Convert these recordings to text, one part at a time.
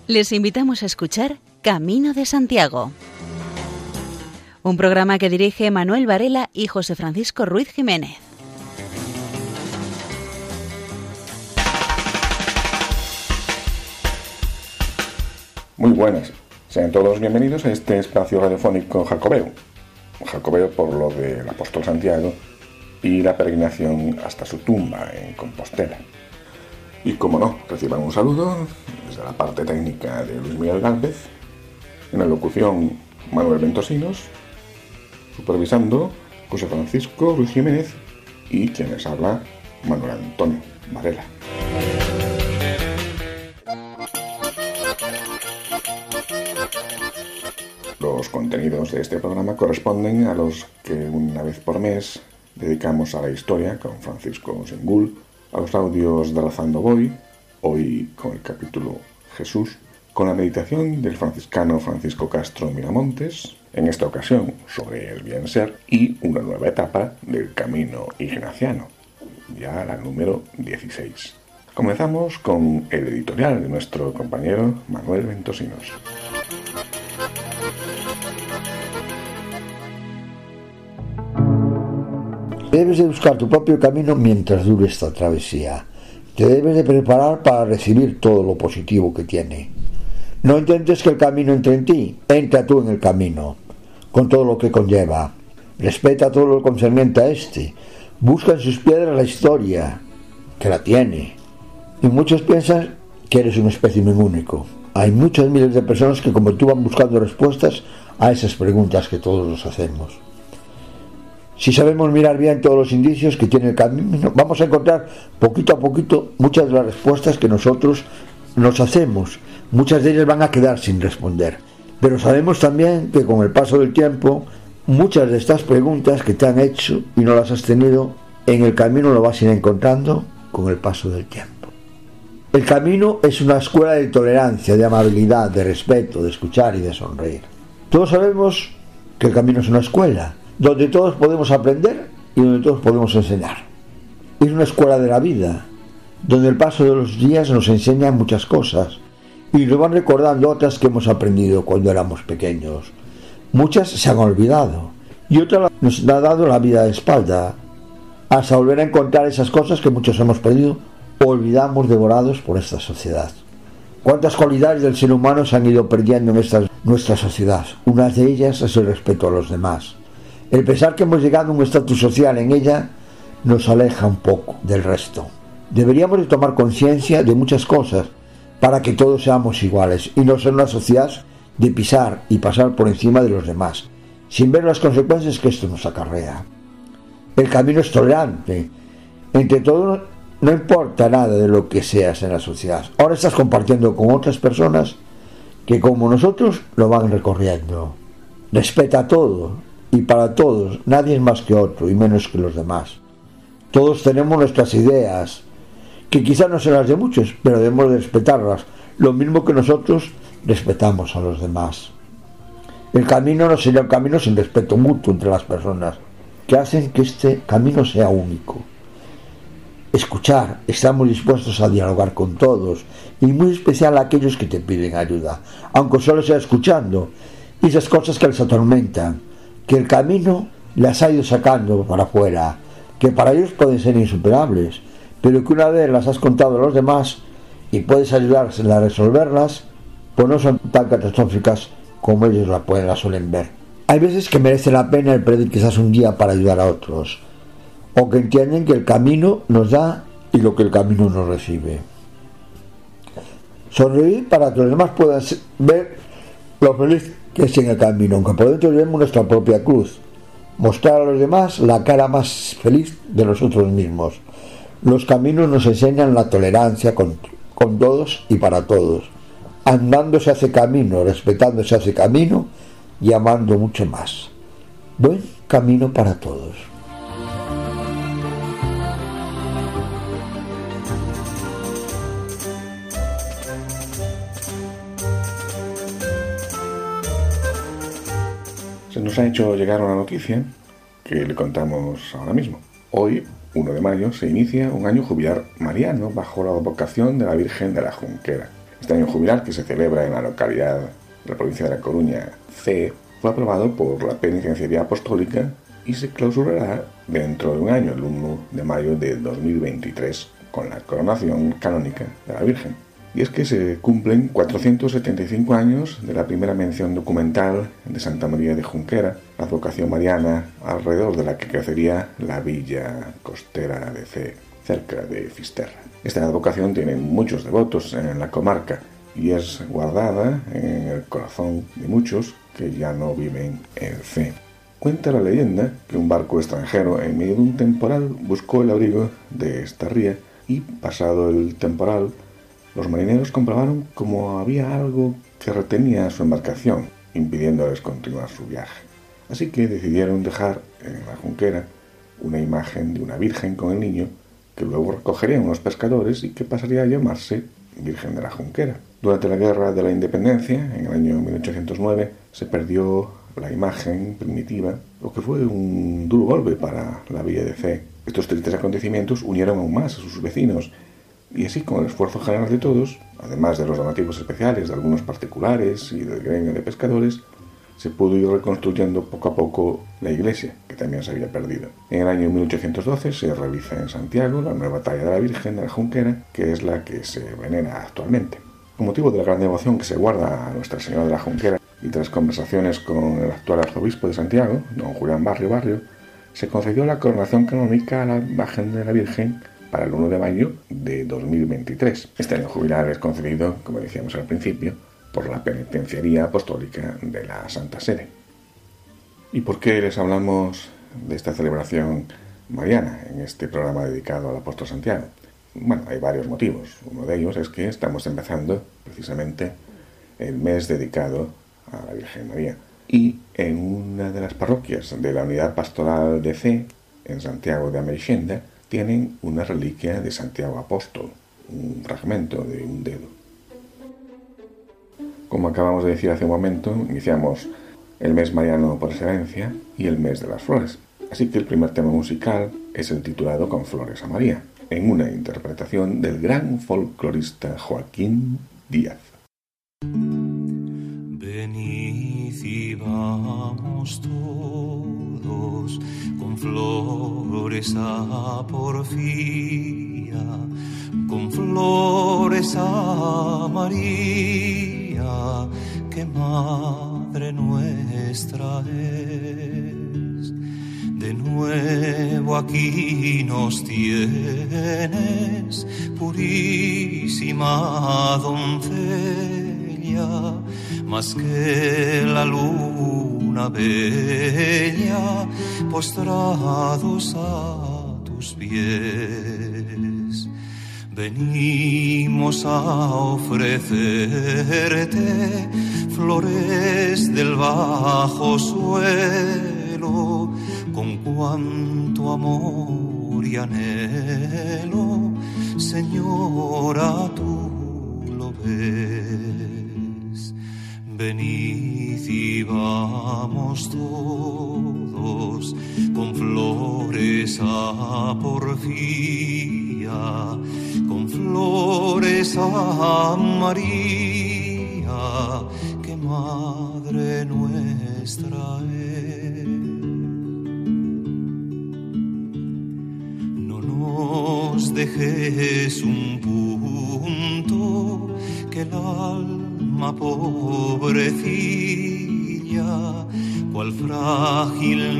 Les invitamos a escuchar Camino de Santiago, un programa que dirige Manuel Varela y José Francisco Ruiz Jiménez. Muy buenas, sean todos bienvenidos a este espacio radiofónico Jacobeo. Jacobeo por lo del apóstol Santiago y la peregrinación hasta su tumba en Compostela. Y como no, reciban un saludo desde la parte técnica de Luis Miguel Gálvez, en la locución Manuel Ventosinos, supervisando José Francisco Ruiz Jiménez y quien les habla Manuel Antonio Varela. Los contenidos de este programa corresponden a los que una vez por mes dedicamos a la historia con Francisco Singul, a los audios de Rezando Voy, hoy con el capítulo Jesús, con la meditación del franciscano Francisco Castro Miramontes, en esta ocasión sobre el bien ser, y una nueva etapa del camino ignaciano, ya la número 16. Comenzamos con el editorial de nuestro compañero Manuel Ventosinos. Debes de buscar tu propio camino mientras dure esta travesía. Te debes de preparar para recibir todo lo positivo que tiene. No intentes que el camino entre en ti, entra tú en el camino, con todo lo que conlleva. Respeta todo lo concerniente a este. Busca en sus piedras la historia, que la tiene. Y muchos piensan que eres un espécimen único. Hay muchas miles de personas que como tú van buscando respuestas a esas preguntas que todos nos hacemos. Si sabemos mirar bien todos los indicios que tiene el camino, vamos a encontrar poquito a poquito muchas de las respuestas que nosotros nos hacemos. Muchas de ellas van a quedar sin responder. Pero sabemos también que con el paso del tiempo, muchas de estas preguntas que te han hecho y no las has tenido, en el camino lo vas a ir encontrando con el paso del tiempo. El camino es una escuela de tolerancia, de amabilidad, de respeto, de escuchar y de sonreír. Todos sabemos que el camino es una escuela, donde todos podemos aprender y donde todos podemos enseñar. Es una escuela de la vida, donde el paso de los días nos enseña muchas cosas y nos van recordando otras que hemos aprendido cuando éramos pequeños. Muchas se han olvidado y otras nos ha dado la vida de espalda, hasta volver a encontrar esas cosas que muchos hemos perdido o olvidamos devorados por esta sociedad. ¿Cuántas cualidades del ser humano se han ido perdiendo en nuestra sociedad? Una de ellas es el respeto a los demás. El pensar que hemos llegado a un estatus social en ella nos aleja un poco del resto. Deberíamos de tomar conciencia de muchas cosas para que todos seamos iguales y no ser una sociedad de pisar y pasar por encima de los demás, sin ver las consecuencias que esto nos acarrea. El camino es tolerante. Entre todos, no importa nada de lo que seas en la sociedad. Ahora estás compartiendo con otras personas que como nosotros lo van recorriendo. Respeta todo. Y para todos, nadie es más que otro y menos que los demás. Todos tenemos nuestras ideas, que quizás no sean las de muchos, pero debemos de respetarlas, lo mismo que nosotros respetamos a los demás. El camino no sería un camino sin respeto mutuo entre las personas, que hacen que este camino sea único. Escuchar, estamos dispuestos a dialogar con todos, y muy especial a aquellos que te piden ayuda, aunque solo sea escuchando, y esas cosas que les atormentan, que el camino las ha ido sacando para afuera, que para ellos pueden ser insuperables, pero que una vez las has contado a los demás y puedes ayudarles a resolverlas, pues no son tan catastróficas como ellos la suelen ver. Hay veces que merece la pena el perder quizás un día para ayudar a otros, o que entienden que el camino nos da y lo que el camino nos recibe. Sonreír para que los demás puedan ver lo feliz que es en el camino, aunque por dentro llevemos nuestra propia cruz. Mostrar a los demás la cara más feliz de nosotros mismos. Los caminos nos enseñan la tolerancia con todos y para todos. Andando se hace camino, respetando se hace camino y amando mucho más. Buen camino para todos. Se nos ha hecho llegar una noticia que le contamos ahora mismo. Hoy, 1 de mayo, se inicia un año jubilar mariano bajo la advocación de la Virgen de la Junquera. Este año jubilar, que se celebra en la localidad de la provincia de La Coruña, C, fue aprobado por la Penitenciaría Apostólica y se clausurará dentro de un año, el 1 de mayo de 2023, con la coronación canónica de la Virgen. Y es que se cumplen 475 años de la primera mención documental de Santa María de Junquera, la advocación mariana alrededor de la que crecería la villa costera de C, cerca de Fisterra. Esta advocación tiene muchos devotos en la comarca y es guardada en el corazón de muchos que ya no viven en C. Cuenta la leyenda que un barco extranjero en medio de un temporal buscó el abrigo de esta ría y, pasado el temporal, los marineros comprobaron como había algo que retenía su embarcación, impidiéndoles continuar su viaje. Así que decidieron dejar en la Junquera una imagen de una virgen con el niño que luego recogerían unos pescadores y que pasaría a llamarse Virgen de la Junquera. Durante la Guerra de la Independencia, en el año 1809, se perdió la imagen primitiva, lo que fue un duro golpe para la villa de C. Estos tristes acontecimientos unieron aún más a sus vecinos, y así, con el esfuerzo general de todos, además de los donativos especiales de algunos particulares y del gremio de pescadores, se pudo ir reconstruyendo poco a poco la iglesia, que también se había perdido. En el año 1812 se realiza en Santiago la nueva talla de la Virgen de la Junquera, que es la que se venera actualmente. Con motivo de la gran devoción que se guarda a Nuestra Señora de la Junquera y tras conversaciones con el actual arzobispo de Santiago, don Julián Barrio, se concedió la coronación canónica a la imagen de la Virgen para el 1 de mayo de 2023. Este año jubilar es concedido, como decíamos al principio, por la Penitenciaría Apostólica de la Santa Sede. ¿Y por qué les hablamos de esta celebración mariana en este programa dedicado al apóstol Santiago? Bueno, hay varios motivos. Uno de ellos es que estamos empezando precisamente el mes dedicado a la Virgen María. Y en una de las parroquias de la unidad pastoral de C, en Santiago de Ameixenda, tienen una reliquia de Santiago Apóstol, un fragmento de un dedo. Como acabamos de decir hace un momento, iniciamos el mes mariano por excelencia y el mes de las flores. Así que el primer tema musical es el titulado Con Flores a María, en una interpretación del gran folclorista Joaquín Díaz. Venid y vamos todos con flores a Porfía, con flores a María, que Madre nuestra es. De nuevo aquí nos tienes, purísima doncella, más que la luna bella, postrados a tus pies. Venimos a ofrecerte flores del bajo suelo, con cuanto amor y anhelo, Señora, tú lo ves. Venid y vamos todos con flores a Porfía, con flores a María, que Madre nuestra es. No nos dejes un punto, que el alma pobrecilla, cual frágil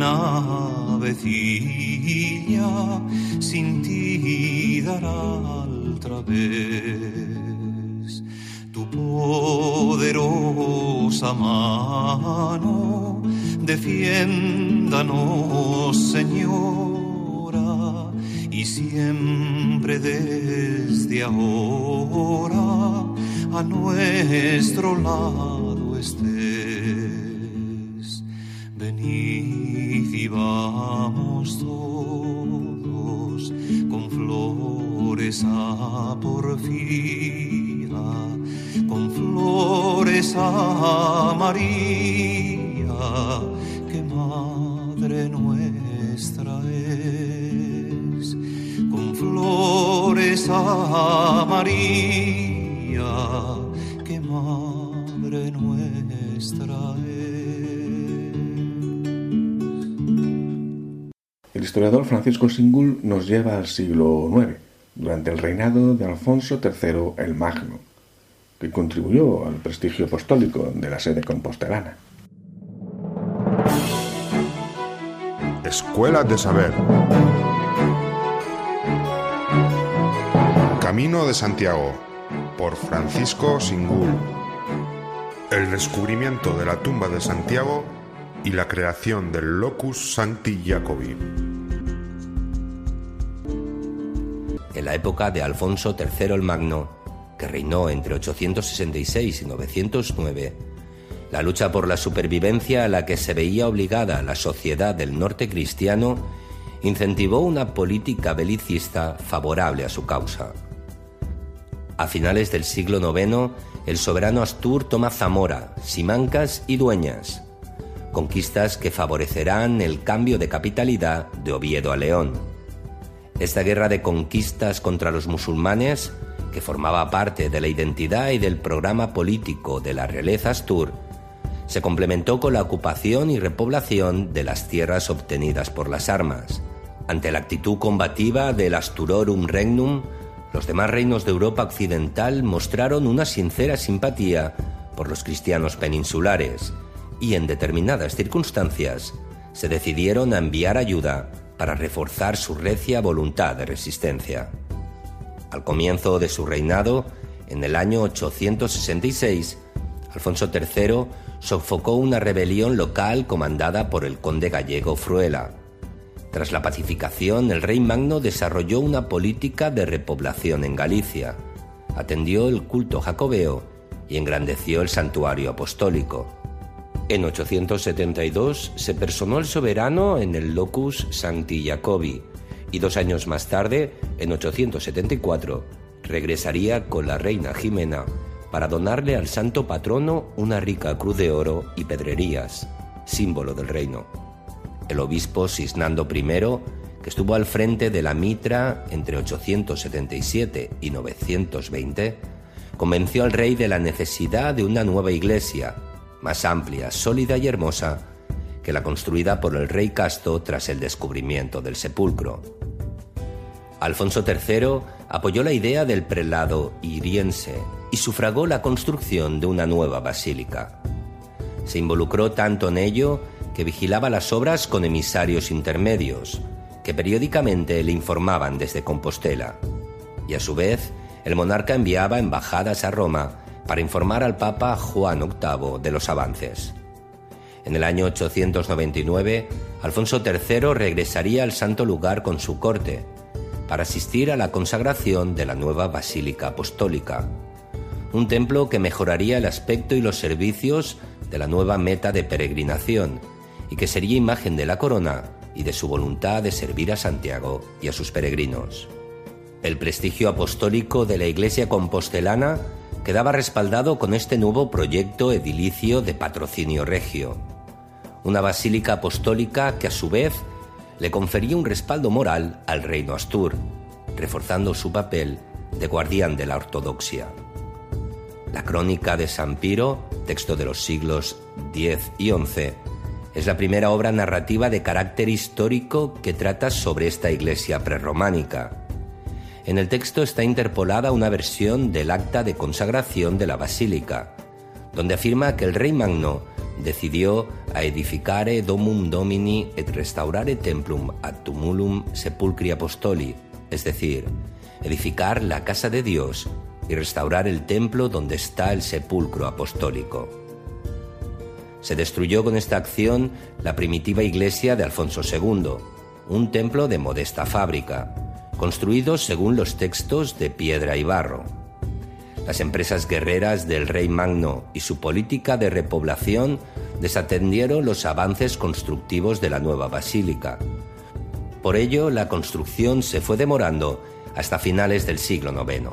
navecilla, sin ti dará al través. Tu poderosa mano defiéndanos, Señora, y siempre desde ahora a nuestro lado estés. Venid y vamos todos con flores a Porfía, con flores a María, que Madre nuestra es. Con flores a María, Madre nuestra es. El historiador Francisco Singul nos lleva al siglo IX, durante el reinado de Alfonso III el Magno, que contribuyó al prestigio apostólico de la sede compostelana. Escuela de Saber. Camino de Santiago, por Francisco Singul. El descubrimiento de la tumba de Santiago y la creación del Locus Sancti Jacobi. En la época de Alfonso III el Magno, que reinó entre 866 y 909, la lucha por la supervivencia a la que se veía obligada la sociedad del norte cristiano incentivó una política belicista favorable a su causa. A finales del siglo IX, el soberano Astur toma Zamora, Simancas y Dueñas, conquistas que favorecerán el cambio de capitalidad de Oviedo a León. Esta guerra de conquistas contra los musulmanes, que formaba parte de la identidad y del programa político de la realeza Astur, se complementó con la ocupación y repoblación de las tierras obtenidas por las armas. Ante la actitud combativa del Asturorum Regnum, los demás reinos de Europa occidental mostraron una sincera simpatía por los cristianos peninsulares y, en determinadas circunstancias, se decidieron a enviar ayuda para reforzar su recia voluntad de resistencia. Al comienzo de su reinado, en el año 866, Alfonso III sofocó una rebelión local comandada por el conde gallego Fruela. Tras la pacificación, el rey Magno desarrolló una política de repoblación en Galicia, atendió el culto jacobeo y engrandeció el santuario apostólico. En 872 se personó el soberano en el Locus Sancti Jacobi y 2 años más tarde, en 874, regresaría con la reina Jimena para donarle al santo patrono una rica cruz de oro y pedrerías, símbolo del reino. El obispo Sisnando I, que estuvo al frente de la Mitra entre 877 y 920, convenció al rey de la necesidad de una nueva iglesia, más amplia, sólida y hermosa que la construida por el rey Casto tras el descubrimiento del sepulcro. Alfonso III apoyó la idea del prelado iriense y sufragó la construcción de una nueva basílica. Se involucró tanto en ello que vigilaba las obras con emisarios intermedios, que periódicamente le informaban desde Compostela, y a su vez el monarca enviaba embajadas a Roma para informar al Papa Juan VIII de los avances. En el año 899, Alfonso III regresaría al santo lugar con su corte, para asistir a la consagración de la nueva Basílica Apostólica, un templo que mejoraría el aspecto y los servicios de la nueva meta de peregrinación, y que sería imagen de la corona y de su voluntad de servir a Santiago y a sus peregrinos. El prestigio apostólico de la Iglesia compostelana quedaba respaldado con este nuevo proyecto edilicio de patrocinio regio, una basílica apostólica que a su vez le confería un respaldo moral al reino Astur, reforzando su papel de guardián de la ortodoxia. La Crónica de San Piro, texto de los siglos X y XI, es la primera obra narrativa de carácter histórico que trata sobre esta iglesia prerrománica. En el texto está interpolada una versión del acta de consagración de la basílica, donde afirma que el rey Magno decidió a edificare domum domini et restaurare templum ad tumulum sepulcri apostoli, es decir, edificar la casa de Dios y restaurar el templo donde está el sepulcro apostólico. Se destruyó con esta acción la primitiva iglesia de Alfonso II, un templo de modesta fábrica, construido según los textos de piedra y barro. Las empresas guerreras del rey Magno y su política de repoblación desatendieron los avances constructivos de la nueva basílica. Por ello, la construcción se fue demorando hasta finales del siglo IX.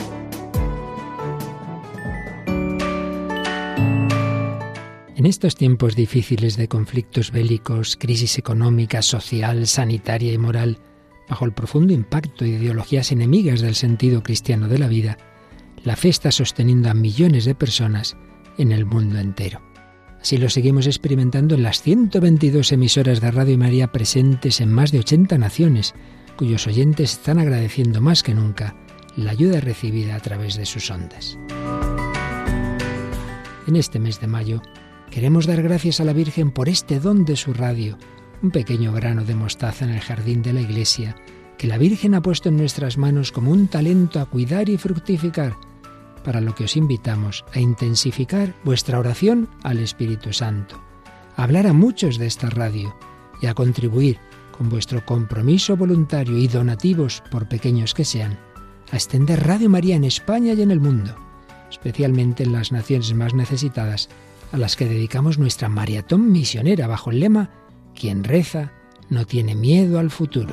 En estos tiempos difíciles de conflictos bélicos, crisis económica, social, sanitaria y moral, bajo el profundo impacto de ideologías enemigas del sentido cristiano de la vida, La fe está sosteniendo a millones de personas en el mundo entero. Así lo seguimos experimentando en las 122 emisoras de Radio María presentes en más de 80 naciones, cuyos oyentes están agradeciendo más que nunca la ayuda recibida a través de sus ondas. En este mes de mayo queremos dar gracias a la Virgen por este don de su radio, un pequeño grano de mostaza en el jardín de la Iglesia, que la Virgen ha puesto en nuestras manos como un talento a cuidar y fructificar, para lo que os invitamos a intensificar vuestra oración al Espíritu Santo, a hablar a muchos de esta radio y a contribuir con vuestro compromiso voluntario y donativos, por pequeños que sean, a extender Radio María en España y en el mundo, especialmente en las naciones más necesitadas, a las que dedicamos nuestra maratón misionera bajo el lema «Quien reza no tiene miedo al futuro».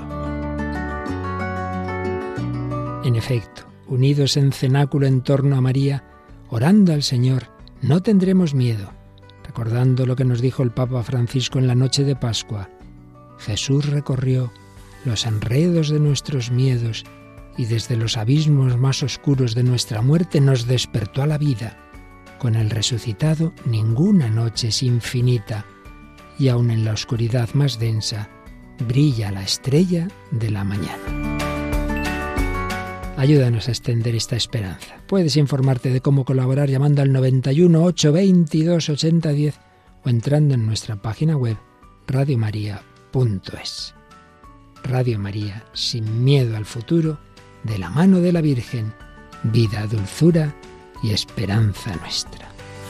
En efecto, unidos en cenáculo en torno a María, orando al Señor, no tendremos miedo, recordando lo que nos dijo el Papa Francisco en la noche de Pascua. Jesús recorrió los enredos de nuestros miedos y desde los abismos más oscuros de nuestra muerte nos despertó a la vida. Con el resucitado ninguna noche es infinita y aun en la oscuridad más densa brilla la estrella de la mañana. Ayúdanos a extender esta esperanza. Puedes informarte de cómo colaborar llamando al 91 822 8010 o entrando en nuestra página web radiomaria.es. Radio María, sin miedo al futuro, de la mano de la Virgen, vida, dulzura y esperanza nuestra.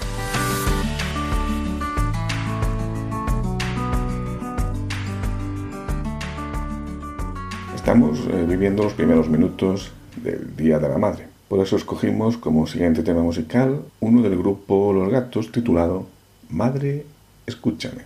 Estamos viviendo los primeros minutos del Día de la Madre. Por eso escogimos como siguiente tema musical uno del grupo Los Gatos titulado Madre, escúchame.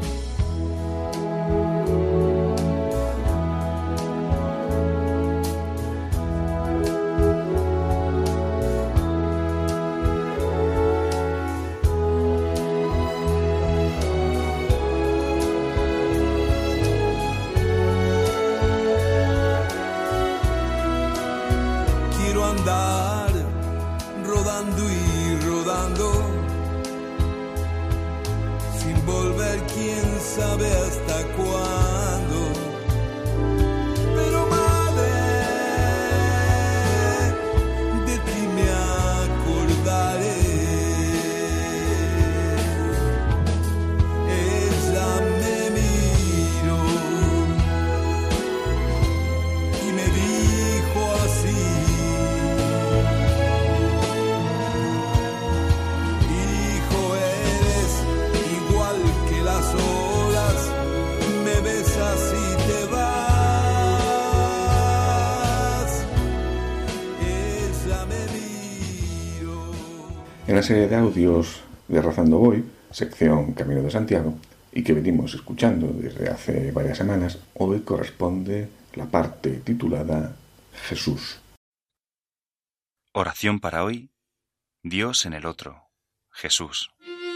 En la serie de audios de Rezando Voy, sección Camino de Santiago, y que venimos escuchando desde hace varias semanas, hoy corresponde la parte titulada Jesús. Oración para hoy, Dios en el otro, Jesús.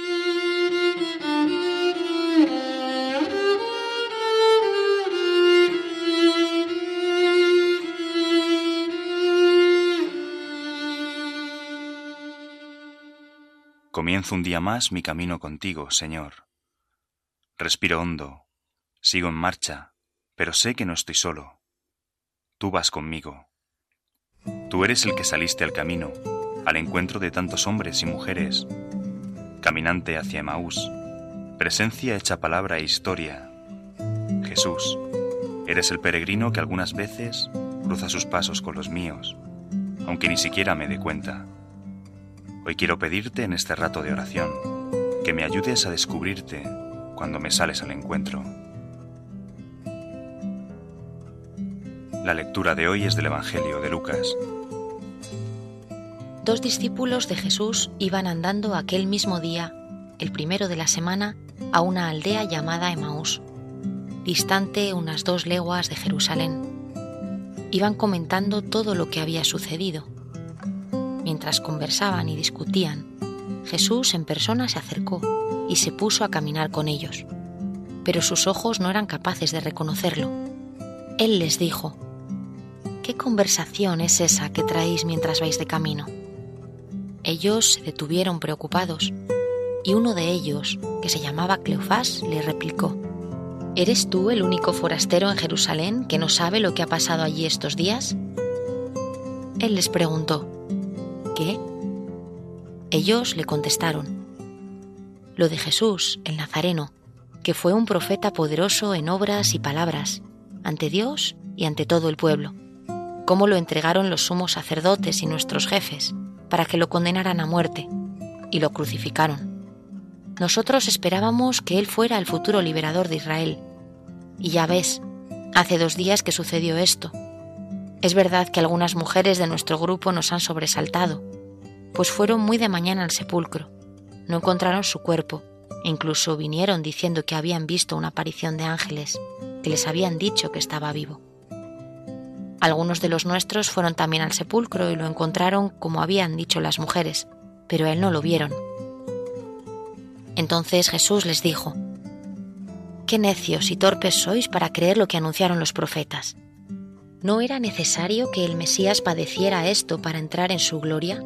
Comienzo un día más mi camino contigo, Señor. Respiro hondo, sigo en marcha, pero sé que no estoy solo. Tú vas conmigo. Tú eres el que saliste al camino, al encuentro de tantos hombres y mujeres. Caminante hacia Emaús, presencia hecha palabra e historia. Jesús, eres el peregrino que algunas veces cruza sus pasos con los míos, aunque ni siquiera me dé cuenta. Hoy quiero pedirte en este rato de oración que me ayudes a descubrirte cuando me sales al encuentro. La lectura de hoy es del Evangelio de Lucas. 2 discípulos de Jesús iban andando aquel mismo día, el primero de la semana, a una aldea llamada Emaús, distante unas 2 leguas de Jerusalén. Iban comentando todo lo que había sucedido. Mientras conversaban y discutían, Jesús en persona se acercó y se puso a caminar con ellos, pero sus ojos no eran capaces de reconocerlo. Él les dijo: «¿Qué conversación es esa que traéis mientras vais de camino?». Ellos se detuvieron preocupados, y uno de ellos, que se llamaba Cleofás, le replicó: ¿Eres tú el único forastero en Jerusalén que no sabe lo que ha pasado allí estos días? Él les preguntó: ¿qué? Ellos le contestaron: lo de Jesús, el Nazareno, que fue un profeta poderoso en obras y palabras, ante Dios y ante todo el pueblo. Cómo lo entregaron los sumos sacerdotes y nuestros jefes para que lo condenaran a muerte, y lo crucificaron. Nosotros esperábamos que él fuera el futuro liberador de Israel. Y ya ves, hace 2 días que sucedió esto. Es verdad que algunas mujeres de nuestro grupo nos han sobresaltado, pues fueron muy de mañana al sepulcro. No encontraron su cuerpo, e incluso vinieron diciendo que habían visto una aparición de ángeles, que les habían dicho que estaba vivo. Algunos de los nuestros fueron también al sepulcro y lo encontraron como habían dicho las mujeres, pero a él no lo vieron. Entonces Jesús les dijo: «Qué necios y torpes sois para creer lo que anunciaron los profetas. ¿No era necesario que el Mesías padeciera esto para entrar en su gloria?»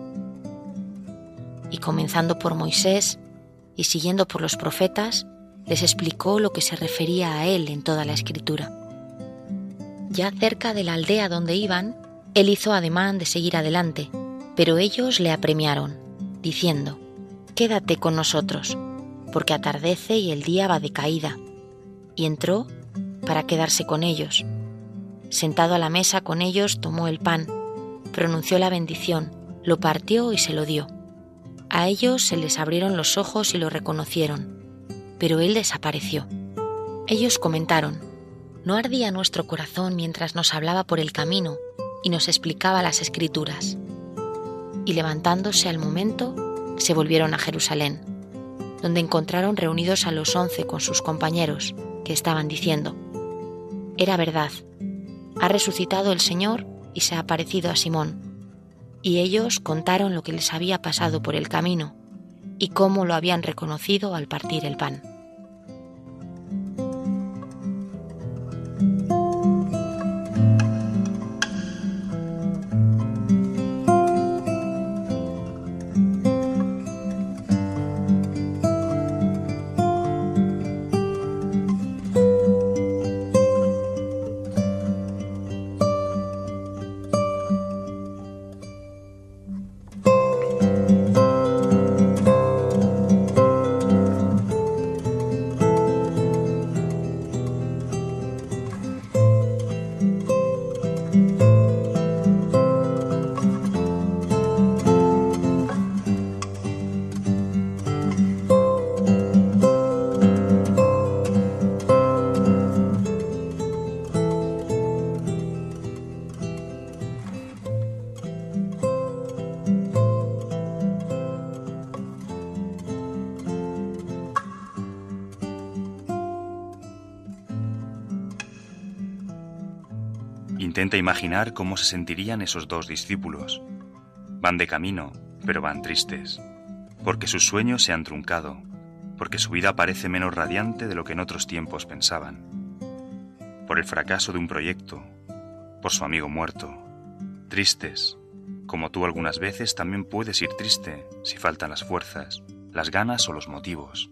Y comenzando por Moisés y siguiendo por los profetas, les explicó lo que se refería a él en toda la Escritura. Ya cerca de la aldea donde iban, él hizo ademán de seguir adelante, pero ellos le apremiaron, diciendo: «Quédate con nosotros, porque atardece y el día va de caída». Y entró para quedarse con ellos. Sentado a la mesa con ellos, tomó el pan, pronunció la bendición, lo partió y se lo dio. A ellos se les abrieron los ojos y lo reconocieron, pero él desapareció. Ellos comentaron: «¿No ardía nuestro corazón mientras nos hablaba por el camino y nos explicaba las Escrituras?» Y levantándose al momento, se volvieron a Jerusalén, donde encontraron reunidos a los 11 con sus compañeros, que estaban diciendo: «Era verdad, ha resucitado el Señor y se ha aparecido a Simón». Y ellos contaron lo que les había pasado por el camino y cómo lo habían reconocido al partir el pan. Intenta imaginar cómo se sentirían esos 2 discípulos. Van de camino, pero van tristes, porque sus sueños se han truncado, porque su vida parece menos radiante de lo que en otros tiempos pensaban, por el fracaso de un proyecto, por su amigo muerto. Tristes, como tú algunas veces también puedes ir triste si faltan las fuerzas, las ganas o los motivos.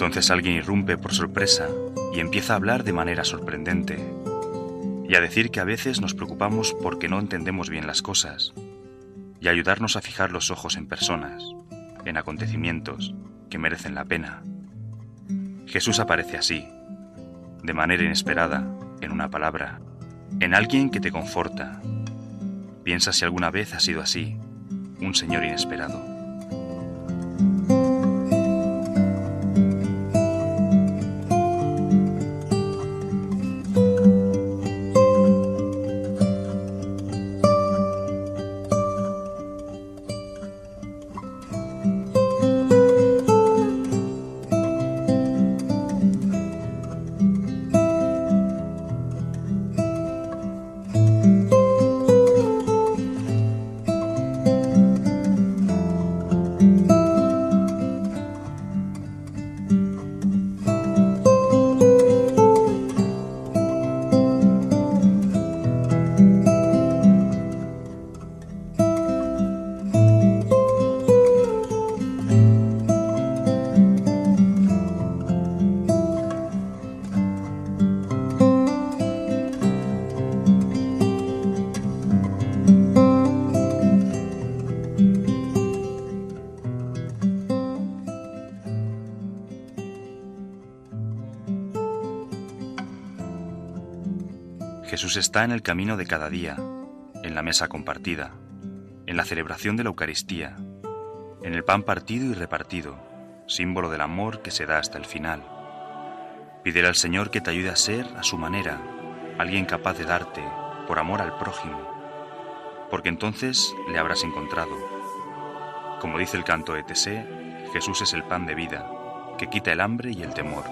Entonces alguien irrumpe por sorpresa y empieza a hablar de manera sorprendente y a decir que a veces nos preocupamos porque no entendemos bien las cosas y a ayudarnos a fijar los ojos en personas, en acontecimientos que merecen la pena. Jesús aparece así, de manera inesperada, en una palabra, en alguien que te conforta. Piensa si alguna vez ha sido así, un Señor inesperado. Jesús está en el camino de cada día, en la mesa compartida, en la celebración de la Eucaristía, en el pan partido y repartido, símbolo del amor que se da hasta el final. Pídele al Señor que te ayude a ser, a su manera, alguien capaz de darte, por amor al prójimo, porque entonces le habrás encontrado. Como dice el canto de Tesé, Jesús es el pan de vida, que quita el hambre y el temor.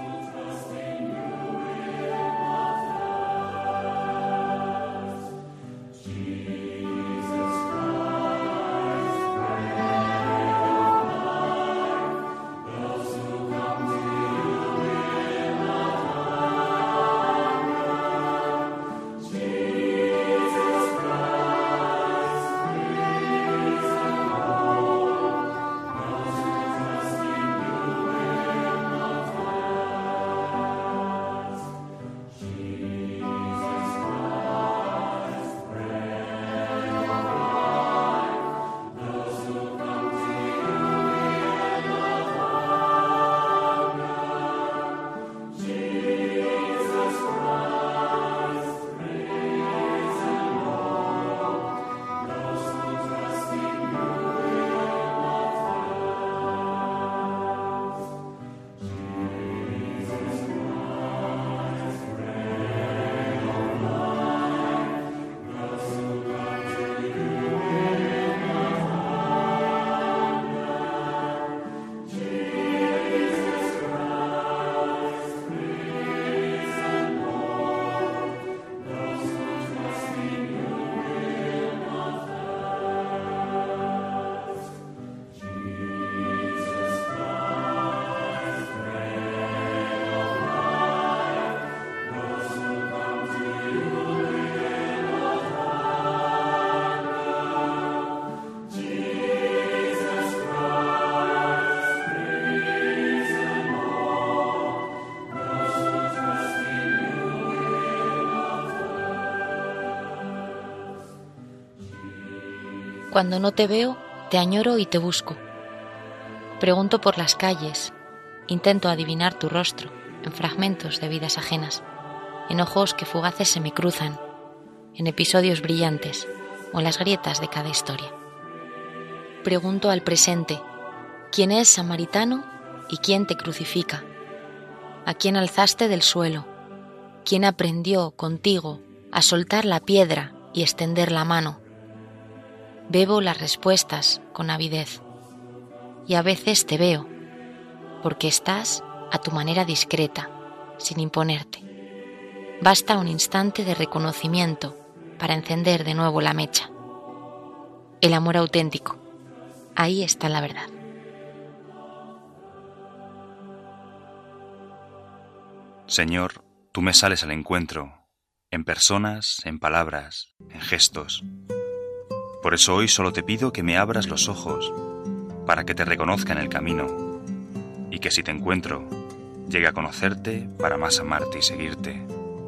Cuando no te veo, te añoro y te busco. Pregunto por las calles, intento adivinar tu rostro en fragmentos de vidas ajenas, en ojos que fugaces se me cruzan, en episodios brillantes o en las grietas de cada historia. Pregunto al presente, ¿quién es samaritano y quién te crucifica? ¿A quién alzaste del suelo? ¿Quién aprendió contigo a soltar la piedra y extender la mano? Bebo las respuestas con avidez y a veces te veo, porque estás a tu manera discreta, sin imponerte. Basta un instante de reconocimiento para encender de nuevo la mecha. El amor auténtico, ahí está la verdad. Señor, tú me sales al encuentro, en personas, en palabras, en gestos. Por eso hoy solo te pido que me abras los ojos, para que te reconozca en el camino, y que si te encuentro, llegue a conocerte para más amarte y seguirte.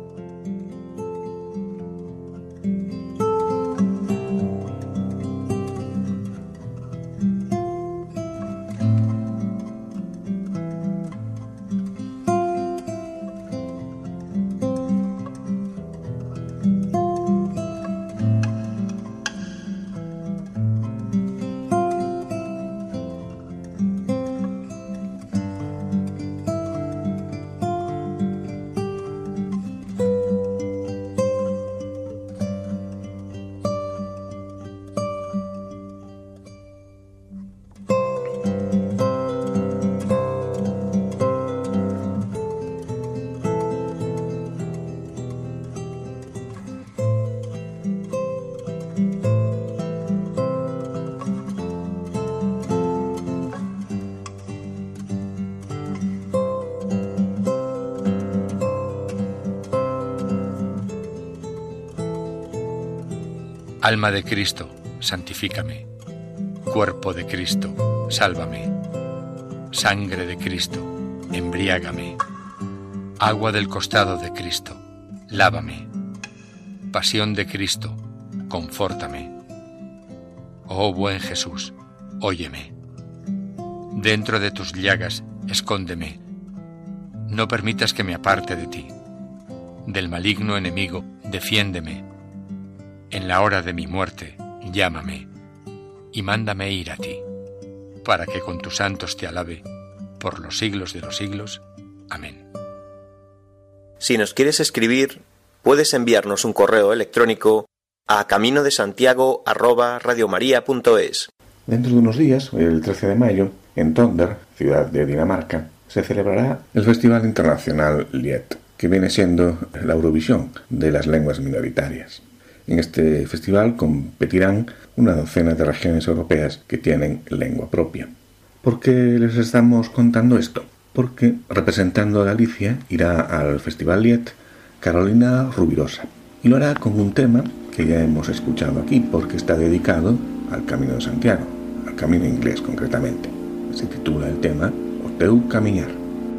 Alma de Cristo, santifícame. Cuerpo de Cristo, sálvame. Sangre de Cristo, embriágame. Agua del costado de Cristo, lávame. Pasión de Cristo, confórtame. Oh buen Jesús, óyeme. Dentro de tus llagas, escóndeme. No permitas que me aparte de ti. Del maligno enemigo, defiéndeme. En la hora de mi muerte, llámame y mándame ir a ti, para que con tus santos te alabe por los siglos de los siglos. Amén. Si nos quieres escribir, puedes enviarnos un correo electrónico a caminodesantiago@radiomaria.es. Dentro de unos días, el 13 de mayo, en Tønder, ciudad de Dinamarca, se celebrará el Festival Internacional Lied, que viene siendo la Eurovisión de las lenguas minoritarias. En este festival competirán una docena de regiones europeas que tienen lengua propia. ¿Por qué les estamos contando esto? Porque, representando a Galicia, irá al Festival Lied Carolina Rubirosa. Y lo hará con un tema que ya hemos escuchado aquí, porque está dedicado al Camino de Santiago, al camino inglés concretamente. Se titula el tema O teu camiñar.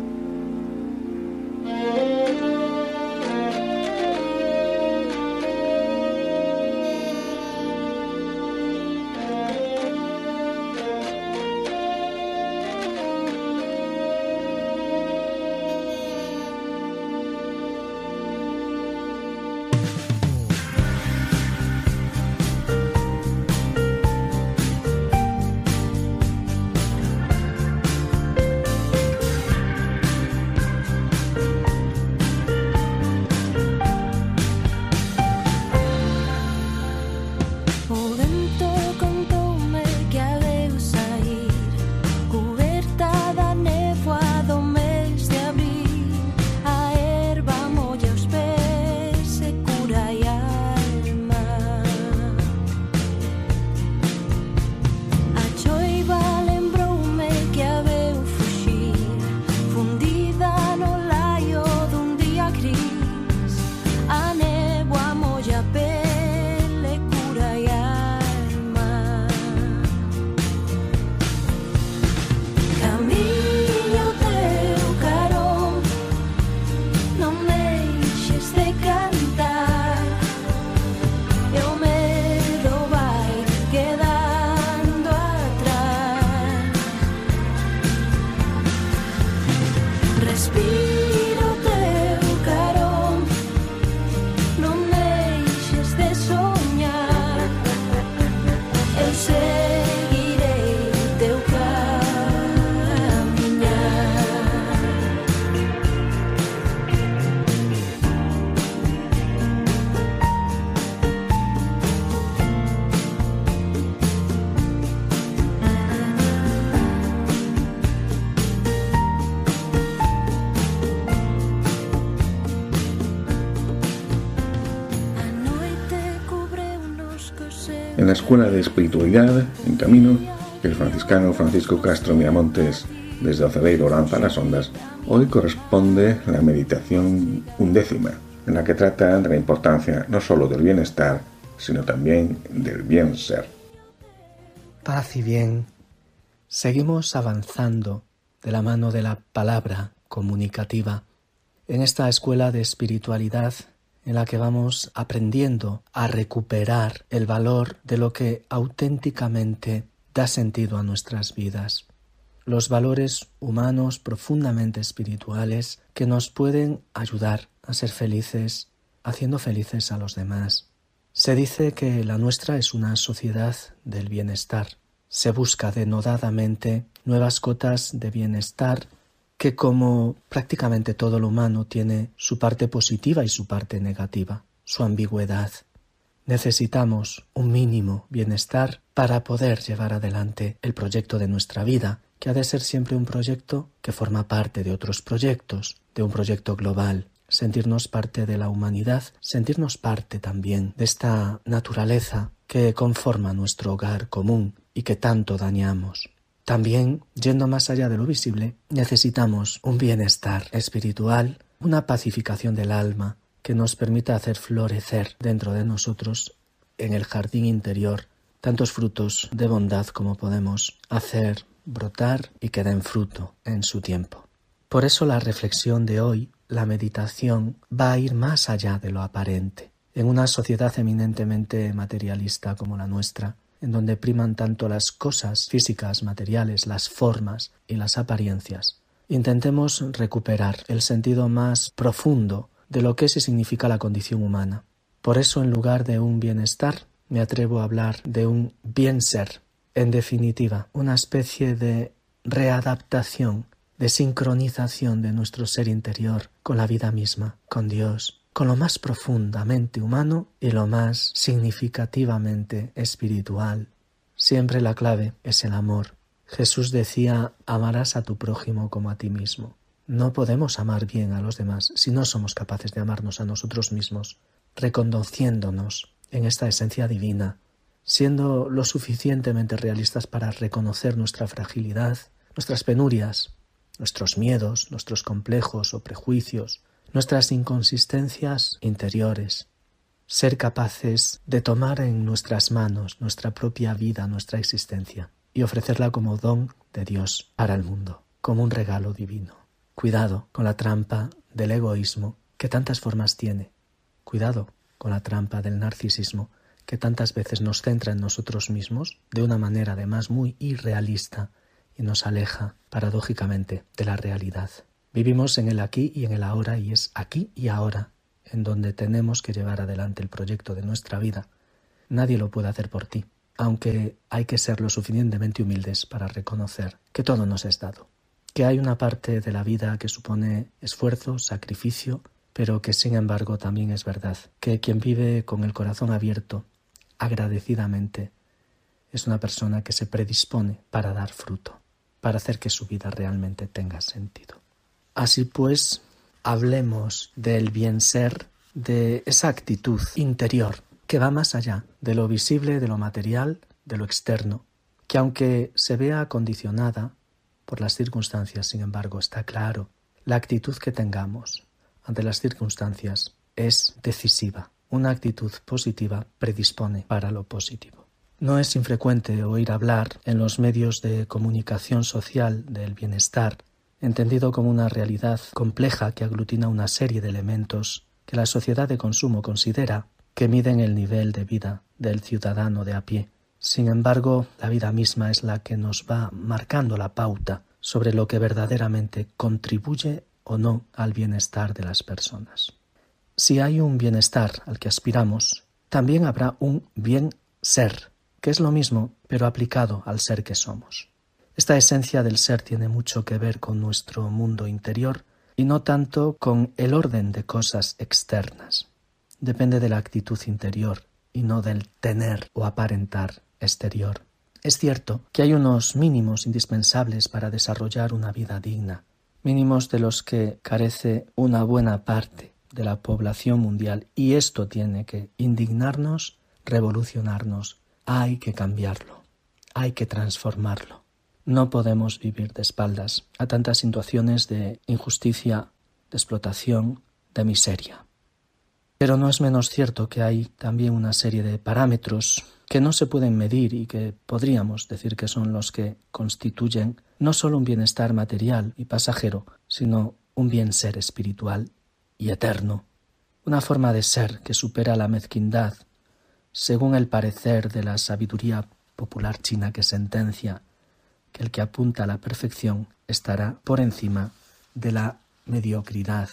En la Escuela de Espiritualidad, en Camino, el franciscano Francisco Castro Miramontes, desde Ocedeiro lanza las ondas, hoy corresponde la meditación 11ª, en la que trata de la importancia no solo del bienestar, sino también del bien ser. Paz y bien, seguimos avanzando de la mano de la palabra comunicativa, en esta escuela de espiritualidad en la que vamos aprendiendo a recuperar el valor de lo que auténticamente da sentido a nuestras vidas. Los valores humanos profundamente espirituales que nos pueden ayudar a ser felices, haciendo felices a los demás. Se dice que la nuestra es una sociedad del bienestar. Se busca denodadamente nuevas cotas de bienestar que, como prácticamente todo lo humano, tiene su parte positiva y su parte negativa, su ambigüedad. Necesitamos un mínimo bienestar para poder llevar adelante el proyecto de nuestra vida, que ha de ser siempre un proyecto que forma parte de otros proyectos, de un proyecto global. Sentirnos parte de la humanidad, sentirnos parte también de esta naturaleza que conforma nuestro hogar común y que tanto dañamos. También, yendo más allá de lo visible, necesitamos un bienestar espiritual, una pacificación del alma que nos permita hacer florecer dentro de nosotros, en el jardín interior, tantos frutos de bondad como podemos hacer brotar y que den fruto en su tiempo. Por eso la reflexión de hoy, la meditación, va a ir más allá de lo aparente. En una sociedad eminentemente materialista como la nuestra, en donde priman tanto las cosas físicas, materiales, las formas y las apariencias, intentemos recuperar el sentido más profundo de lo que es y significa la condición humana. Por eso, en lugar de un bienestar, me atrevo a hablar de un bien ser. En definitiva, una especie de readaptación, de sincronización de nuestro ser interior con la vida misma, con Dios, con lo más profundamente humano y lo más significativamente espiritual. Siempre la clave es el amor. Jesús decía: amarás a tu prójimo como a ti mismo. No podemos amar bien a los demás si no somos capaces de amarnos a nosotros mismos, reconociéndonos en esta esencia divina, siendo lo suficientemente realistas para reconocer nuestra fragilidad, nuestras penurias, nuestros miedos, nuestros complejos o prejuicios, nuestras inconsistencias interiores, ser capaces de tomar en nuestras manos nuestra propia vida, nuestra existencia, y ofrecerla como don de Dios para el mundo, como un regalo divino. Cuidado con la trampa del egoísmo que tantas formas tiene. Cuidado con la trampa del narcisismo que tantas veces nos centra en nosotros mismos de una manera además muy irrealista y nos aleja paradójicamente de la realidad. Vivimos en el aquí y en el ahora, y es aquí y ahora en donde tenemos que llevar adelante el proyecto de nuestra vida. Nadie lo puede hacer por ti, aunque hay que ser lo suficientemente humildes para reconocer que todo nos es dado, que hay una parte de la vida que supone esfuerzo, sacrificio, pero que sin embargo también es verdad que quien vive con el corazón abierto, agradecidamente, es una persona que se predispone para dar fruto, para hacer que su vida realmente tenga sentido. Así pues, hablemos del bien ser, de esa actitud interior que va más allá de lo visible, de lo material, de lo externo, que aunque se vea condicionada por las circunstancias, sin embargo, está claro, la actitud que tengamos ante las circunstancias es decisiva. Una actitud positiva predispone para lo positivo. No es infrecuente oír hablar en los medios de comunicación social del bienestar, entendido como una realidad compleja que aglutina una serie de elementos que la sociedad de consumo considera que miden el nivel de vida del ciudadano de a pie. Sin embargo, la vida misma es la que nos va marcando la pauta sobre lo que verdaderamente contribuye o no al bienestar de las personas. Si hay un bienestar al que aspiramos, también habrá un bien ser, que es lo mismo, pero aplicado al ser que somos. Esta esencia del ser tiene mucho que ver con nuestro mundo interior y no tanto con el orden de cosas externas. Depende de la actitud interior y no del tener o aparentar exterior. Es cierto que hay unos mínimos indispensables para desarrollar una vida digna, mínimos de los que carece una buena parte de la población mundial, y esto tiene que indignarnos, revolucionarnos. Hay que cambiarlo, hay que transformarlo. No podemos vivir de espaldas a tantas situaciones de injusticia, de explotación, de miseria. Pero no es menos cierto que hay también una serie de parámetros que no se pueden medir y que podríamos decir que son los que constituyen no solo un bienestar material y pasajero, sino un bien ser espiritual y eterno, una forma de ser que supera la mezquindad, según el parecer de la sabiduría popular china que sentencia que el que apunta a la perfección estará por encima de la mediocridad.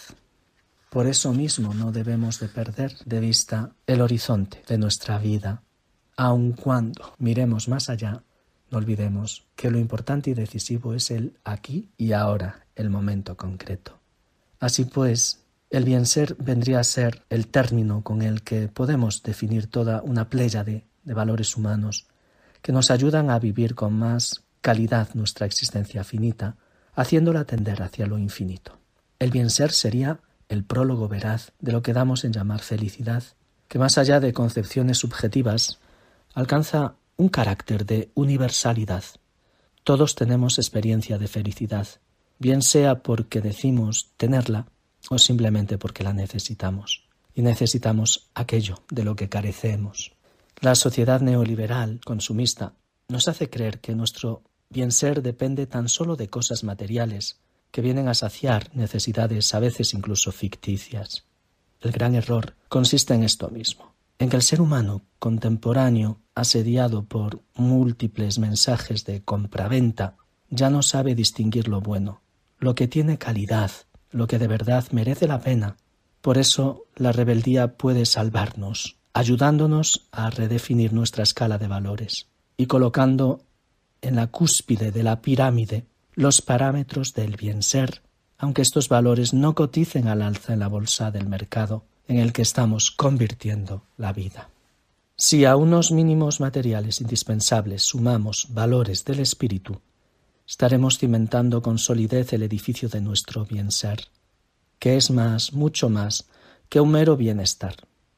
Por eso mismo no debemos de perder de vista el horizonte de nuestra vida. Aun cuando miremos más allá, no olvidemos que lo importante y decisivo es el aquí y ahora, el momento concreto. Así pues, el bien ser vendría a ser el término con el que podemos definir toda una pléyade de valores humanos que nos ayudan a vivir con más calidad nuestra existencia finita, haciéndola tender hacia lo infinito. El bien ser sería el prólogo veraz de lo que damos en llamar felicidad, que más allá de concepciones subjetivas, alcanza un carácter de universalidad. Todos tenemos experiencia de felicidad, bien sea porque decimos tenerla o simplemente porque la necesitamos. Y necesitamos aquello de lo que carecemos. La sociedad neoliberal, consumista, nos hace creer que nuestro bien ser depende tan solo de cosas materiales que vienen a saciar necesidades a veces incluso ficticias. El gran error consiste en esto mismo, en que el ser humano contemporáneo, asediado por múltiples mensajes de compraventa, ya no sabe distinguir lo bueno, lo que tiene calidad, lo que de verdad merece la pena. Por eso la rebeldía puede salvarnos, ayudándonos a redefinir nuestra escala de valores y colocando en la cúspide de la pirámide los parámetros del bien ser, aunque estos valores no coticen al alza en la bolsa del mercado en el que estamos convirtiendo la vida. Si a unos mínimos materiales indispensables sumamos valores del espíritu, estaremos cimentando con solidez el edificio de nuestro bien ser, que es más, mucho más, que un mero bienestar.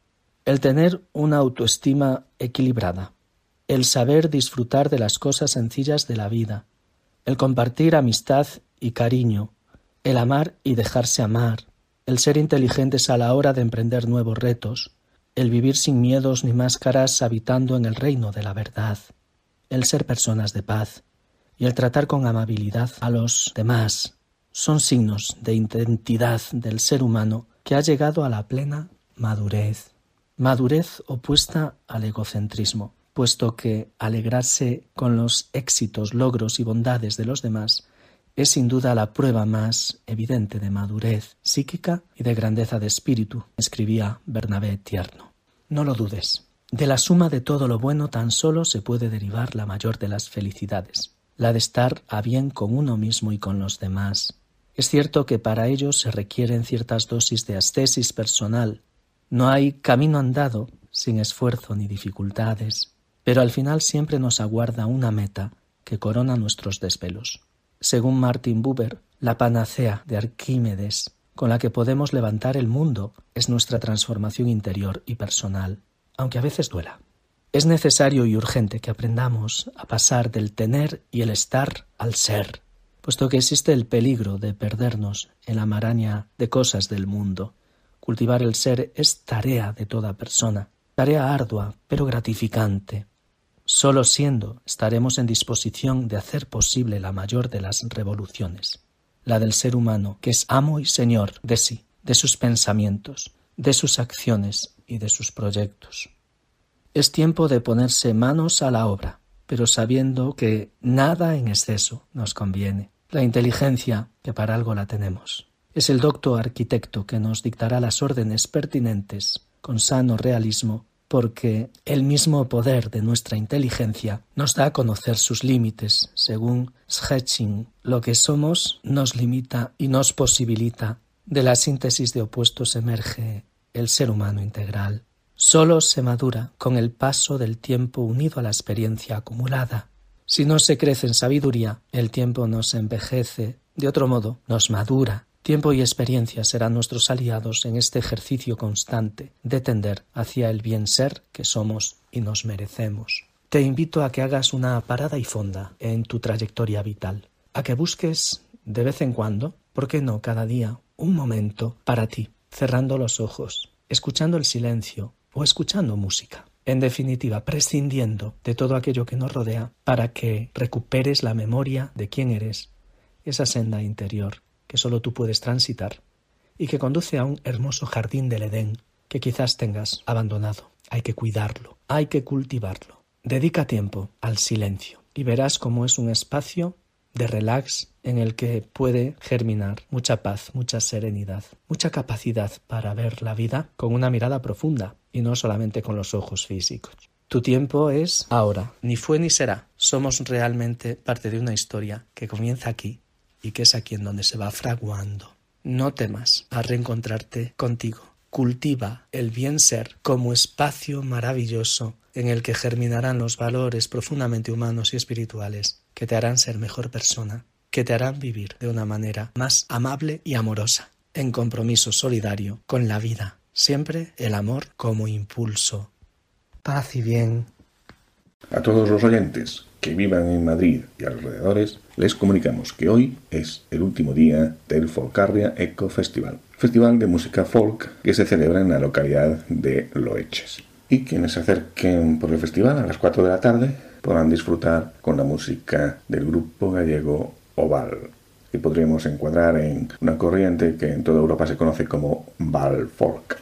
El tener una autoestima equilibrada, el saber disfrutar de las cosas sencillas de la vida, el compartir amistad y cariño, el amar y dejarse amar, el ser inteligentes a la hora de emprender nuevos retos, el vivir sin miedos ni máscaras habitando en el reino de la verdad, el ser personas de paz y el tratar con amabilidad a los demás, son signos de identidad del ser humano que ha llegado a la plena madurez. Madurez opuesta al egocentrismo, puesto que alegrarse con los éxitos, logros y bondades de los demás es sin duda la prueba más evidente de madurez psíquica y de grandeza de espíritu, escribía Bernabé Tierno. No lo dudes, de la suma de todo lo bueno tan solo se puede derivar la mayor de las felicidades, la de estar a bien con uno mismo y con los demás. Es cierto que para ello se requieren ciertas dosis de ascesis personal. No hay camino andado sin esfuerzo ni dificultades, pero al final siempre nos aguarda una meta que corona nuestros desvelos. Según Martin Buber, la panacea de Arquímedes con la que podemos levantar el mundo es nuestra transformación interior y personal, aunque a veces duela. Es necesario y urgente que aprendamos a pasar del tener y el estar al ser, puesto que existe el peligro de perdernos en la maraña de cosas del mundo. Cultivar el ser es tarea de toda persona, tarea ardua pero gratificante. Solo siendo estaremos en disposición de hacer posible la mayor de las revoluciones, la del ser humano, que es amo y señor de sí, de sus pensamientos, de sus acciones y de sus proyectos. Es tiempo de ponerse manos a la obra, pero sabiendo que nada en exceso nos conviene. La inteligencia, que para algo la tenemos, es el docto arquitecto que nos dictará las órdenes pertinentes con sano realismo, porque el mismo poder de nuestra inteligencia nos da a conocer sus límites. Según Schelling, lo que somos nos limita y nos posibilita. De la síntesis de opuestos emerge el ser humano integral. Solo se madura con el paso del tiempo unido a la experiencia acumulada. Si no se crece en sabiduría, el tiempo nos envejece, de otro modo nos madura. Tiempo y experiencia serán nuestros aliados en este ejercicio constante de tender hacia el bien ser que somos y nos merecemos. Te invito a que hagas una parada y fonda en tu trayectoria vital, a que busques de vez en cuando, ¿por qué no cada día, un momento para ti, cerrando los ojos, escuchando el silencio o escuchando música? En definitiva, prescindiendo de todo aquello que nos rodea para que recuperes la memoria de quién eres, esa senda interior que solo tú puedes transitar y que conduce a un hermoso jardín del Edén que quizás tengas abandonado. Hay que cuidarlo, hay que cultivarlo. Dedica tiempo al silencio y verás cómo es un espacio de relax en el que puede germinar mucha paz, mucha serenidad, mucha capacidad para ver la vida con una mirada profunda y no solamente con los ojos físicos. Tu tiempo es ahora, ni fue ni será. Somos realmente parte de una historia que comienza aquí y que es aquí en donde se va fraguando. No temas a reencontrarte contigo. Cultiva el bien ser como espacio maravilloso en el que germinarán los valores profundamente humanos y espirituales que te harán ser mejor persona, que te harán vivir de una manera más amable y amorosa, en compromiso solidario con la vida. Siempre el amor como impulso. Paz y bien. A todos los oyentes que vivan en Madrid y alrededores, les comunicamos que hoy es el último día del Folcarria Eco Festival, festival de música folk que se celebra en la localidad de Loeches. Y quienes se acerquen por el festival a las 4 de la tarde podrán disfrutar con la música del grupo gallego Oval, que podríamos encuadrar en una corriente que en toda Europa se conoce como Val Folk.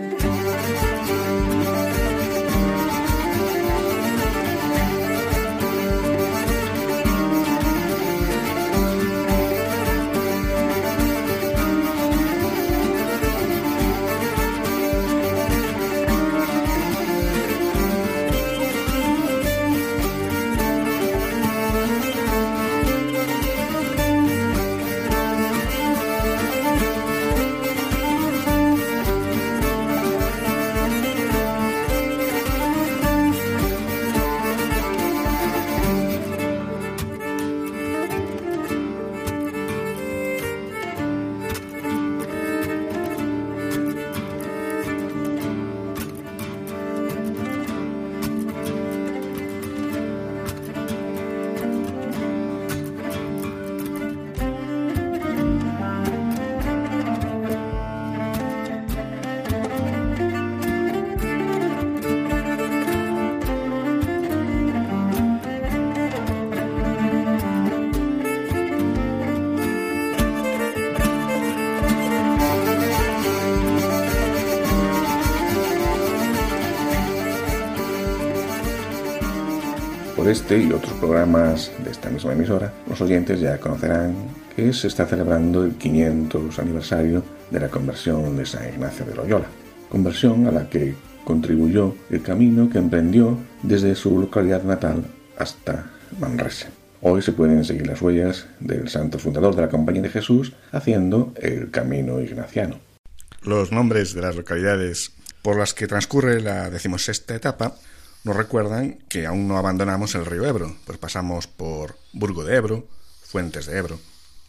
Por este y otros programas de esta misma emisora, los oyentes ya conocerán que se está celebrando el 500 aniversario de la conversión de San Ignacio de Loyola, conversión a la que contribuyó el camino que emprendió desde su localidad natal hasta Manresa. Hoy se pueden seguir las huellas del santo fundador de la Compañía de Jesús haciendo el camino ignaciano. Los nombres de las localidades por las que transcurre la 16ª etapa nos recuerdan que aún no abandonamos el río Ebro, pues pasamos por Burgo de Ebro, Fuentes de Ebro.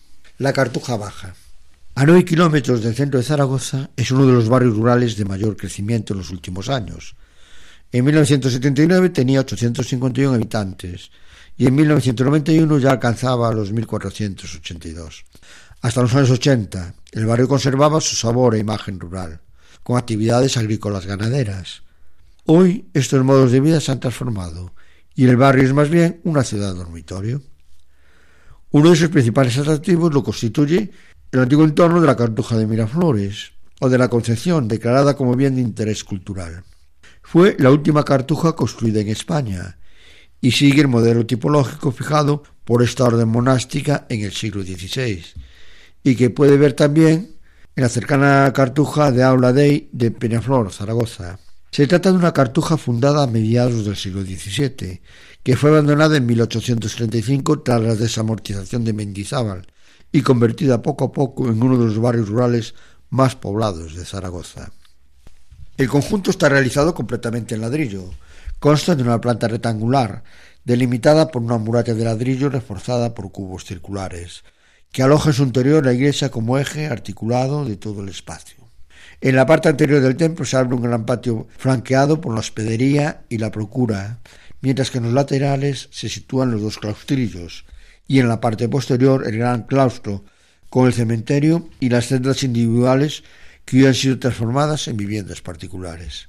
La Cartuja Baja. A 9 kilómetros del centro de Zaragoza es uno de los barrios rurales de mayor crecimiento en los últimos años. En 1979 tenía 851 habitantes y en 1991 ya alcanzaba los 1.482. Hasta los años 80, el barrio conservaba su sabor e imagen rural, con actividades agrícolas ganaderas. Hoy estos modos de vida se han transformado y el barrio es más bien una ciudad dormitorio. Uno de sus principales atractivos lo constituye el antiguo entorno de la Cartuja de Miraflores o de la Concepción, declarada como bien de interés cultural. Fue la última cartuja construida en España y sigue el modelo tipológico fijado por esta orden monástica en el siglo XVI y que puede ver también en la cercana Cartuja de Aula Dei de Peñaflor, Zaragoza. Se trata de una cartuja fundada a mediados del siglo XVII, que fue abandonada en 1835 tras la desamortización de Mendizábal y convertida poco a poco en uno de los barrios rurales más poblados de Zaragoza. El conjunto está realizado completamente en ladrillo. Consta de una planta rectangular, delimitada por una muralla de ladrillo reforzada por cubos circulares, que aloja en su interior la iglesia como eje articulado de todo el espacio. En la parte anterior del templo se abre un gran patio flanqueado por la hospedería y la procura, mientras que en los laterales se sitúan los dos claustrillos, y en la parte posterior el gran claustro, con el cementerio y las celdas individuales que hoy han sido transformadas en viviendas particulares.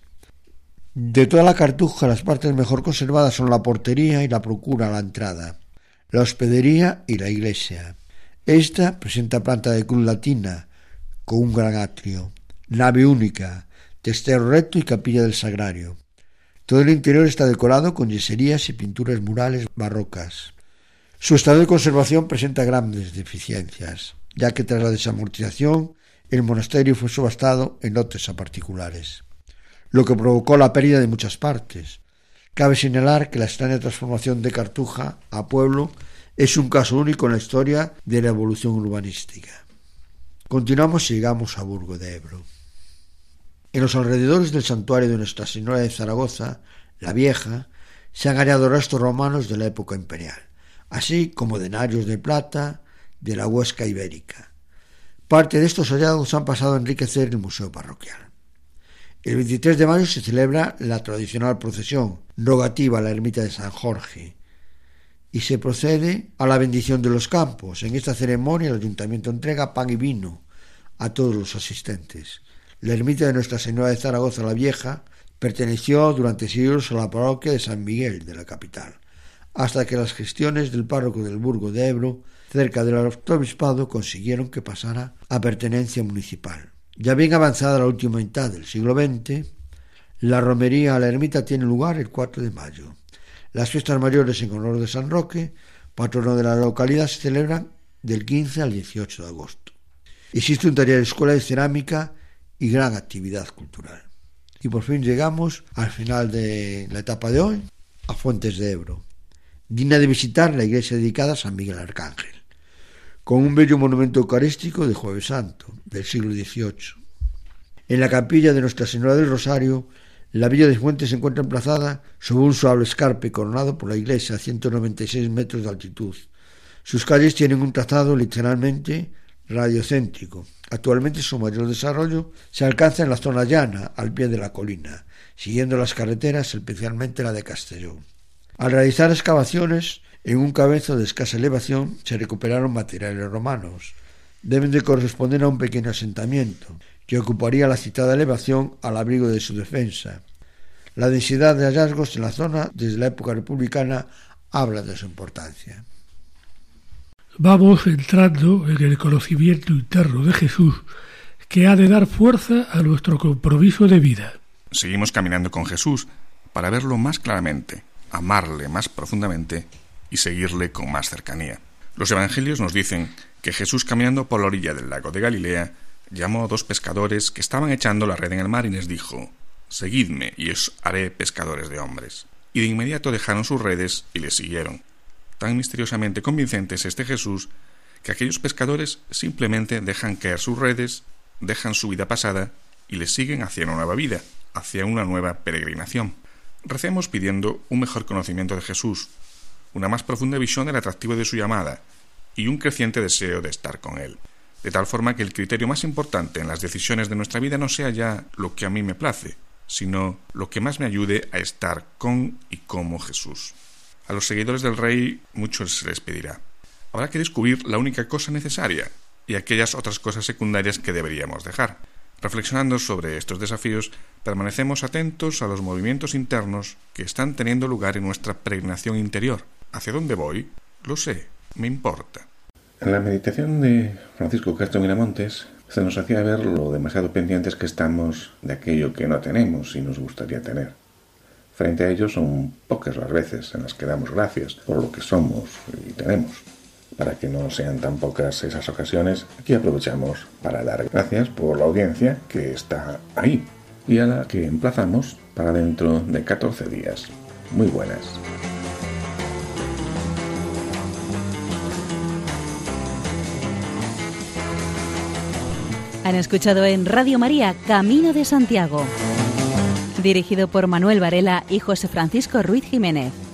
De toda la cartuja, las partes mejor conservadas son la portería y la procura a la entrada, la hospedería y la iglesia. Esta presenta planta de cruz latina con un gran atrio, nave única, testero recto y capilla del Sagrario. Todo el interior está decorado con yeserías y pinturas murales barrocas. Su estado de conservación presenta grandes deficiencias, ya que tras la desamortización el monasterio fue subastado en lotes a particulares, lo que provocó la pérdida de muchas partes. Cabe señalar que la extraña transformación de Cartuja a pueblo es un caso único en la historia de la evolución urbanística. Continuamos y llegamos a Burgo de Ebro. En los alrededores del santuario de Nuestra Señora de Zaragoza, la Vieja, se han hallado restos romanos de la época imperial, así como denarios de plata de la Huesca ibérica. Parte de estos hallazgos han pasado a enriquecer el museo parroquial. El 23 de mayo se celebra la tradicional procesión rogativa a la ermita de San Jorge y se procede a la bendición de los campos. En esta ceremonia el ayuntamiento entrega pan y vino a todos los asistentes. La ermita de Nuestra Señora de Zaragoza la Vieja perteneció durante siglos a la parroquia de San Miguel de la capital, hasta que las gestiones del párroco del Burgo de Ebro, cerca del arzobispado, consiguieron que pasara a pertenencia municipal. Ya bien avanzada la última mitad del siglo XX, la romería a la ermita tiene lugar el 4 de mayo. Las fiestas mayores en honor de San Roque, patrono de la localidad, se celebran del 15 al 18 de agosto. Existe un taller de escuela de cerámica y gran actividad cultural. Y por fin llegamos al final de la etapa de hoy, a Fuentes de Ebro, digna de visitar la iglesia dedicada a San Miguel Arcángel, con un bello monumento eucarístico de Jueves Santo, del siglo XVIII. En la capilla de Nuestra Señora del Rosario, la villa de Fuentes se encuentra emplazada sobre un suave escarpe coronado por la iglesia a 196 metros de altitud. Sus calles tienen un trazado literalmente radiocéntrico. Actualmente su mayor desarrollo se alcanza en la zona llana, al pie de la colina, siguiendo las carreteras, especialmente la de Castellón. Al realizar excavaciones en un cabezo de escasa elevación se recuperaron materiales romanos. Deben de corresponder a un pequeño asentamiento que ocuparía la citada elevación al abrigo de su defensa. La densidad de hallazgos en la zona desde la época republicana habla de su importancia. Vamos entrando en el conocimiento interno de Jesús, que ha de dar fuerza a nuestro compromiso de vida. Seguimos caminando con Jesús para verlo más claramente, amarle más profundamente y seguirle con más cercanía. Los evangelios nos dicen que Jesús, caminando por la orilla del lago de Galilea, llamó a 2 pescadores que estaban echando la red en el mar y les dijo: «Seguidme y os haré pescadores de hombres». Y de inmediato dejaron sus redes y le siguieron. Tan misteriosamente convincente es este Jesús que aquellos pescadores simplemente dejan caer sus redes, dejan su vida pasada y le siguen hacia una nueva vida, hacia una nueva peregrinación. Recemos pidiendo un mejor conocimiento de Jesús, una más profunda visión del atractivo de su llamada y un creciente deseo de estar con Él, de tal forma que el criterio más importante en las decisiones de nuestra vida no sea ya lo que a mí me place, sino lo que más me ayude a estar con y como Jesús. A los seguidores del Rey mucho se les pedirá. Habrá que descubrir la única cosa necesaria y aquellas otras cosas secundarias que deberíamos dejar. Reflexionando sobre estos desafíos, permanecemos atentos a los movimientos internos que están teniendo lugar en nuestra peregrinación interior. ¿Hacia dónde voy? Lo sé, me importa. En la meditación de Francisco Castro Miramontes se nos hacía ver lo demasiado pendientes que estamos de aquello que no tenemos y nos gustaría tener. Frente a ello son pocas las veces en las que damos gracias por lo que somos y tenemos. Para que no sean tan pocas esas ocasiones, aquí aprovechamos para dar gracias por la audiencia que está ahí y a la que emplazamos para dentro de 14 días. Muy buenas. Han escuchado en Radio María Camino de Santiago, dirigido por Manuel Varela y José Francisco Ruiz Jiménez.